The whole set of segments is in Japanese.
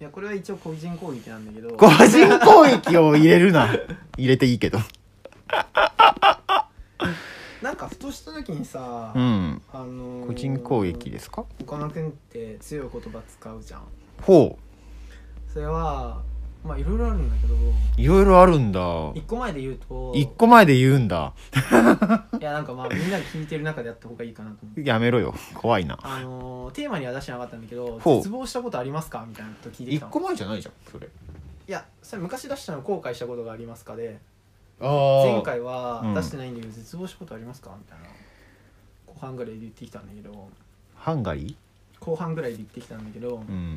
やこれは一応個人攻撃なんだけど個人攻撃を入れるな入れていいけどなんかふとした時にさ、 個人攻撃ですか？ 岡野くんって強い言葉使うじゃん。 ほうそれはまあいろいろあるんだけど、 いろいろあるんだ。 一個前で言うと一個前で言うんだいやなんかまあみんなで聞いてる中でやった方がいいかなと思ってやめろよ怖いな。 テーマには出してなかったんだけど、 ほう絶望したことありますかみたいなこと聞いてき一たの。 個前じゃないじゃんそれ。 いやそれ昔出したの後悔したことがありますかで、 あ前回は出してないんだけど、絶望したことありますかみたいな後半ぐらいで言ってきたんだけど、 ハンガリ後半ぐらいで言ってきたんだけど、 ー？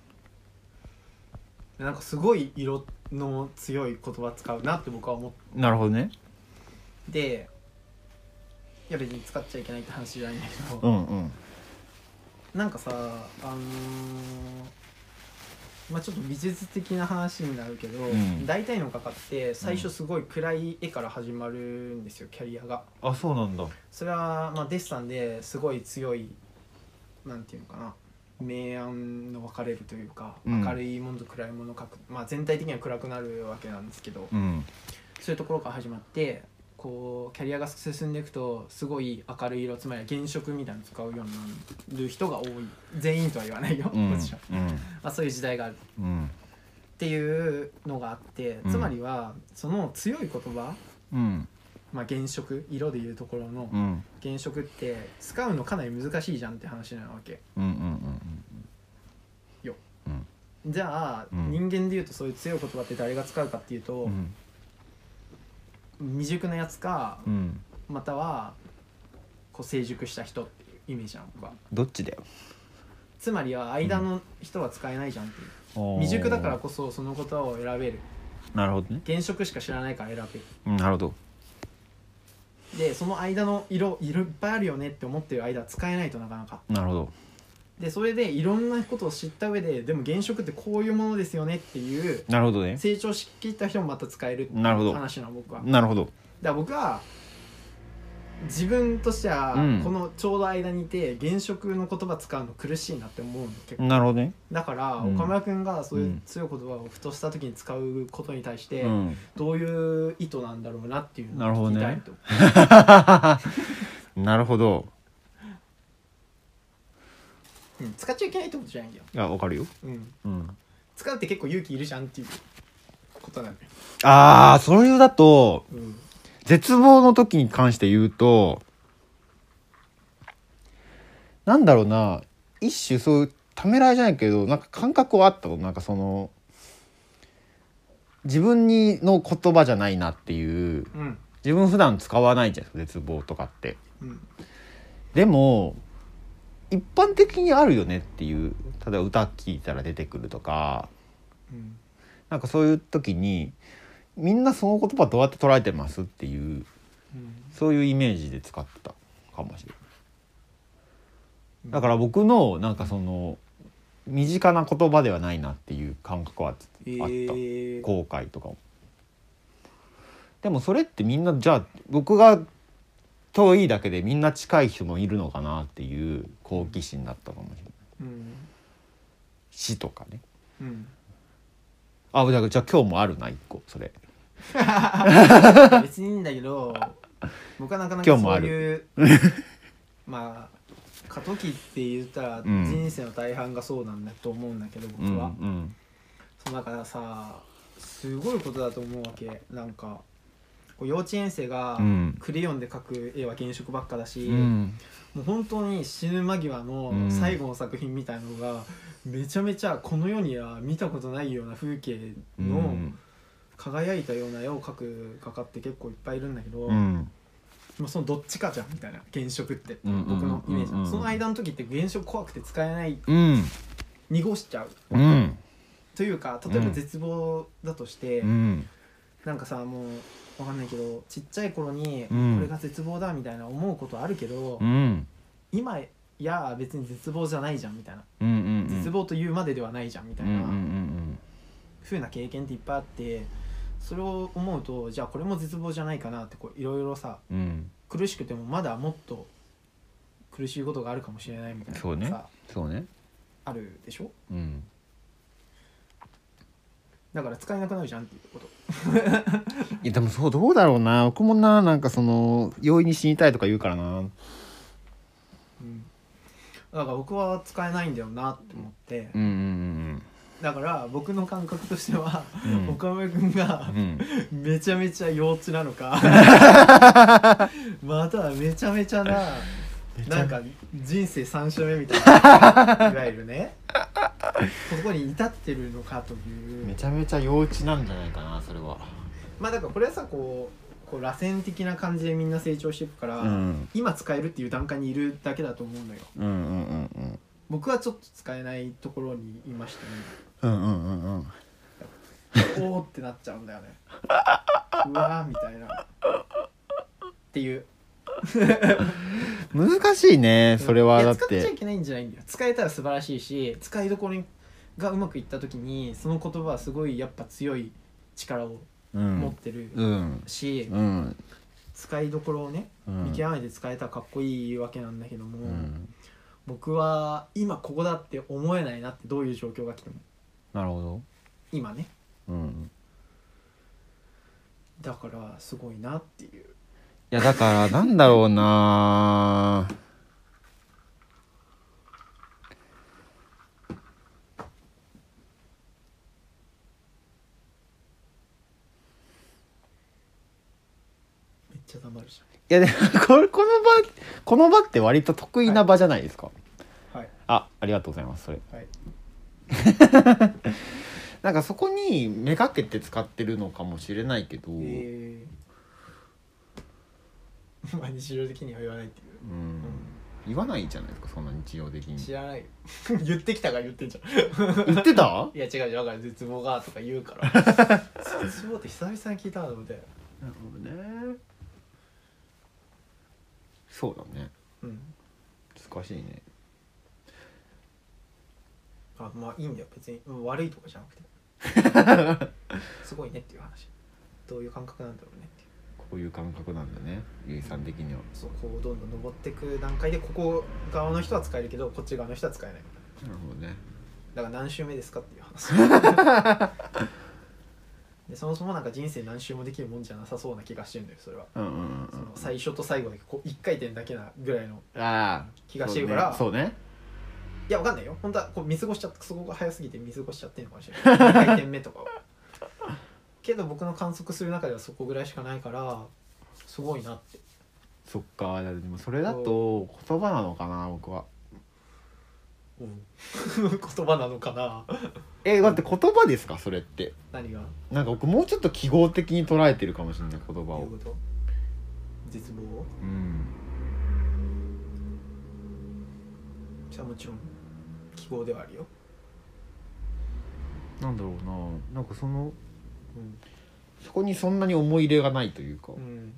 なんかすごい色の強い言葉使うなって僕は思って、 なるほどね。 いや別に使っちゃいけないって話じゃないんだけど、なんかさまあちょっと美術的な話になるけど、大体の画家って最初すごい暗い絵から始まるんですよ、キャリアが。 あ、そうなんだ。 それはまあデッサンですごい強いなんていうのかな、明暗の分かれるというか、明るいものと暗いものを描く、まあ全体的には暗くなるわけなんですけど、そういうところから始まってこうキャリアが進んでいくとすごい明るい色、つまり原色みたいなのを使うようになる人が多い。全員とは言わないよ、もちろん、まあ、そういう時代があるっていうのがあって、つまりはその強い言葉、まあ、原色、色でいうところの原色って使うのかなり難しいじゃんって話なわけよ。じゃあ、人間でいうとそういう強い言葉って誰が使うかっていうと、未熟なやつか、またはこう成熟した人っていうイメージなの僕は。 どっちだよ。 つまりは間の人は使えないじゃんっていう、未熟だからこそその言葉を選べる。 なるほどね。 原色しか知らないから選べる、 なるほど。 でその間の色いっぱいあるよねって思ってる間は使えないとなかなか。 なるほど。 でそれでいろんなことを知った上で、でも原色ってこういうものですよねっていうなるほどね。 成長しきった人もまた使えるっていうなるほど話なの僕は。 なるほど。 だから僕は自分としてはこのちょうど間にいて原色の言葉使うの苦しいなって思うの結構。 なるほどね。 だから岡村君がそういう強い言葉をふとした時に使うことに対してどういう意図なんだろうなっていうのを聞きたいと。 なるほど。 使っちゃいけないってことじゃないんだよ。 いや、わかるよ。 使うって結構勇気いるじゃんっていうことなんだよ。 ああ、それだと、絶望の時に関して言うと、なんだろうな、一種そういうためらいじゃないけど、なんか感覚はあったの。なんかその自分の言葉じゃないなっていう、自分普段使わないじゃん絶望とかって、でも一般的にあるよねっていう。例えば歌聴いたら出てくるとか、なんかそういう時にみんなその言葉どうやって捉えてますっていう、そういうイメージで使ったかもしれない。だから僕のなんかその身近な言葉ではないなっていう感覚はあった、後悔とかも。でもそれってみんな、じゃあ僕が遠いだけでみんな近い人もいるのかなっていう好奇心だったかもしれない。死とかね。あ、じゃあ今日もあるな一個それ。 別にいいんだけど、僕はなかなかそういうまあ過渡期って言ったら人生の大半がそうなんだと思うんだけど、僕は、そうだからさ、すごいことだと思うわけ。なんか幼稚園生がクレヨンで描く絵は原色ばっかだし、もう本当に死ぬ間際の最後の作品みたいなのがめちゃめちゃこの世には見たことないような風景の輝いたような絵を描く画家って結構いっぱいいるんだけど、そのどっちかじゃんみたいな原色って僕のイメージ。その間の時って原色怖くて使えない、濁しちゃう、というか、例えば絶望だとして、なんかさ、もう分かんないけどちっちゃい頃にこれが絶望だみたいな思うことあるけど、今や別に絶望じゃないじゃんみたいな、絶望というまでではないじゃんみたいな風な経験っていっぱいあって、それを思うと、じゃあこれも絶望じゃないかなっていろいろさ、苦しくてもまだもっと苦しいことがあるかもしれないみたいなさ、 そうねあるでしょ。 だから使えなくなるじゃんっていうこといやでもそうどうだろうな、僕もな、なんかその容易に死にたいとか言うからな、 うん、だから僕は使えないんだよなって思って、 うんうんうん、 だから僕の感覚としては、 うん、 岡村君が、うん、めちゃめちゃ幼稚なのかまたはめちゃめちゃななんか人生3週目みたいないわゆるねそこに至ってるのかという、 めちゃめちゃ幼稚なんじゃないかなそれは。 まあだからこれはさこう螺旋的な感じでみんな成長していくから、うん、今使えるっていう段階にいるだけだと思うのよ、うんうんうんうん、僕はちょっと使えないところにいましたね、うんうんうんうん、おーってなっちゃうんだよねうわーみたいなっていう難しいねそれは。だって使っちゃいけないんじゃないんだよ。使えたら素晴らしいし、使いどころがうまくいった時にその言葉はすごいやっぱ強い力を持ってるし、うんうん、使いどころをね、うん、見極めて使えたらかっこいいわけなんだけども、うん、僕は今ここだって思えないなって、どういう状況が来ても。 なるほど。 今ね、 うん、 だからすごいなっていう。 いやだからなんだろうなめっちゃ黙るじゃん。 いやでもこの場って割と得意な場じゃないですか。 はい。 ありがとうございます。それ。 はい。 なんかそこにめがけて使ってるのかもしれないけど。 まあ日常的には言わないっていう。 うん。言わないじゃないですかそんな日常的に。 知らないよ。言ってきたから言ってんじゃん。言ってた？ いや違うだから絶望がとか言うから。絶望って久々に聞いたので。 なるほどね。そうだね。 うん。 難しいね。 まあいいんだよ別に、悪いとかじゃなくて。すごいねっていう話。どういう感覚なんだろうねっていう。 こういう感覚なんだねゆいさん的には。 そうこうどんどん登っていく段階でここ側の人は使えるけどこっち側の人は使えないみたいな。 なるほどね。 だから何周目ですかっていう話。でそもそもなんか人生何周もできるもんじゃなさそうな気がしてるんだよそれは、うんうんうん、その最初と最後でこう1回転だけなぐらいの気がしてるから。 そうね。 いやわかんないよ本当はこう見過ごしちゃって、そこが早すぎて見過ごしちゃってるのかもしれない2回転目とかはけど僕の観測する中ではそこぐらいしかないからすごいなって。 そっか。でもそれだと言葉なのかな僕は。 うん、言葉なのかな。 だって言葉ですかそれって。 何が。 なんか僕もうちょっと記号的に捉えてるかもしれない言葉を。どういうこと。絶望。 うん。 じゃあもちろん記号ではあるよ。 なんだろうな、なんかその、そこにそんなに思い入れがないというか、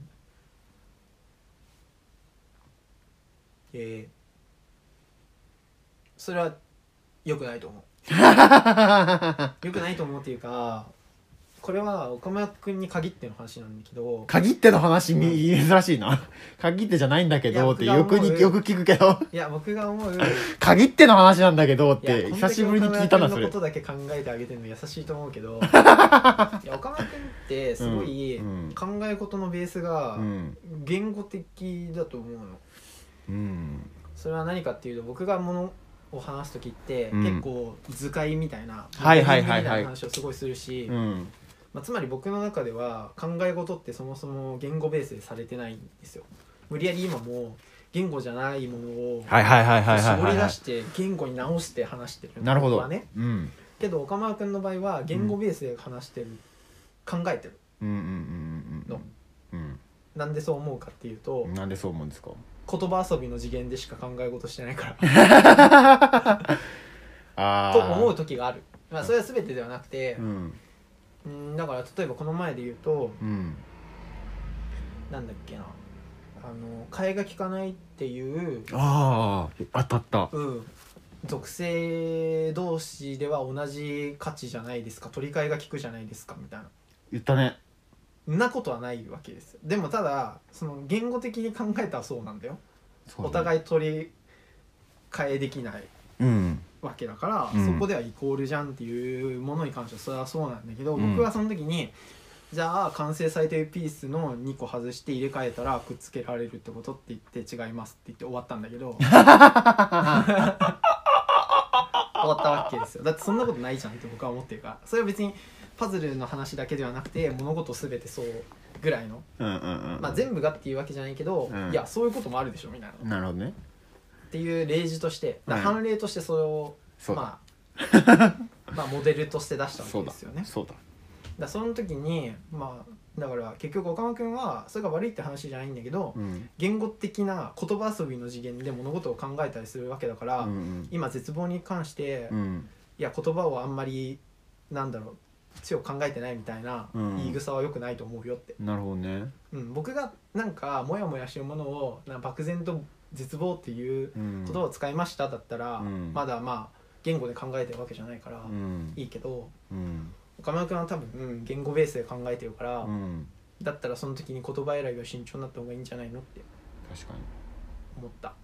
それは良くないと思う。良くないと思うっていうか、これは岡村君に限っての話なんだけど。 限っての話珍しいな。限ってじゃないんだけどってよく聞くけど。 いや僕が思う限っての話なんだけどって久しぶりに聞いたなそれ。 こんだけ岡村君のことだけ考えてあげてるの優しいと思うけど。いや岡村君ってすごい考え事のベースが言語的だと思うの。それは何かっていうと、僕がものを話す時って結構図解みたいな話をすごいするし、つまり僕の中では考え事ってそもそも言語ベースでされてないんですよ。無理やり今も言語じゃないものを絞り出して言語に直して話してる。 なるほど。 僕はね、けど岡村君の場合は言語ベースで話してる、考えてるの。なんでそう思うかっていうと、 なんでそう思うんですか。 言葉遊びの次元でしか考え事してないからと思う時がある。それは全てではなくて、だから例えばこの前で言うと、なんだっけな、替えが利かないっていう、 当たった、 属性同士では同じ価値じゃないですか、取り替えが利くじゃないですかみたいな言ったね。 んなことはないわけですよ。でもただその言語的に考えたらそうなんだよ。お互い取り替えできないわけだから、そこではイコールじゃんっていうものに関してはそれはそうなんだけど、僕はその時にじゃあ完成されてるピースの2個外して入れ替えたらくっつけられるってことって言って違いますって言って終わったんだけど終わったわけですよ。だってそんなことないじゃんって僕は思ってるから、それは別にパズルの話だけではなくて物事全てそうぐらいの、まあ全部がっていうわけじゃないけど、いやそういうこともあるでしょみたいな。 なるほどね。 っていう例示として、判例としてそれを、まあモデルとして出したわけですよね。 そうだ。 だその時にまあだから結局岡間君はそれが悪いって話じゃないんだけど、言語的な言葉遊びの次元で物事を考えたりするわけだから、今絶望に関して、いや言葉をあんまりなんだろう強く考えてないみたいな言い草は良くないと思うよって。 なるほどね。 僕がなんかモヤモヤしてるものを漠然と絶望っていう言葉を使いましただったら、まだまあ言語で考えてるわけじゃないからいいけど、岡村君は多分、言語ベースで考えてるから、だったらその時に言葉選びは慎重になった方がいいんじゃないのって確かに思った。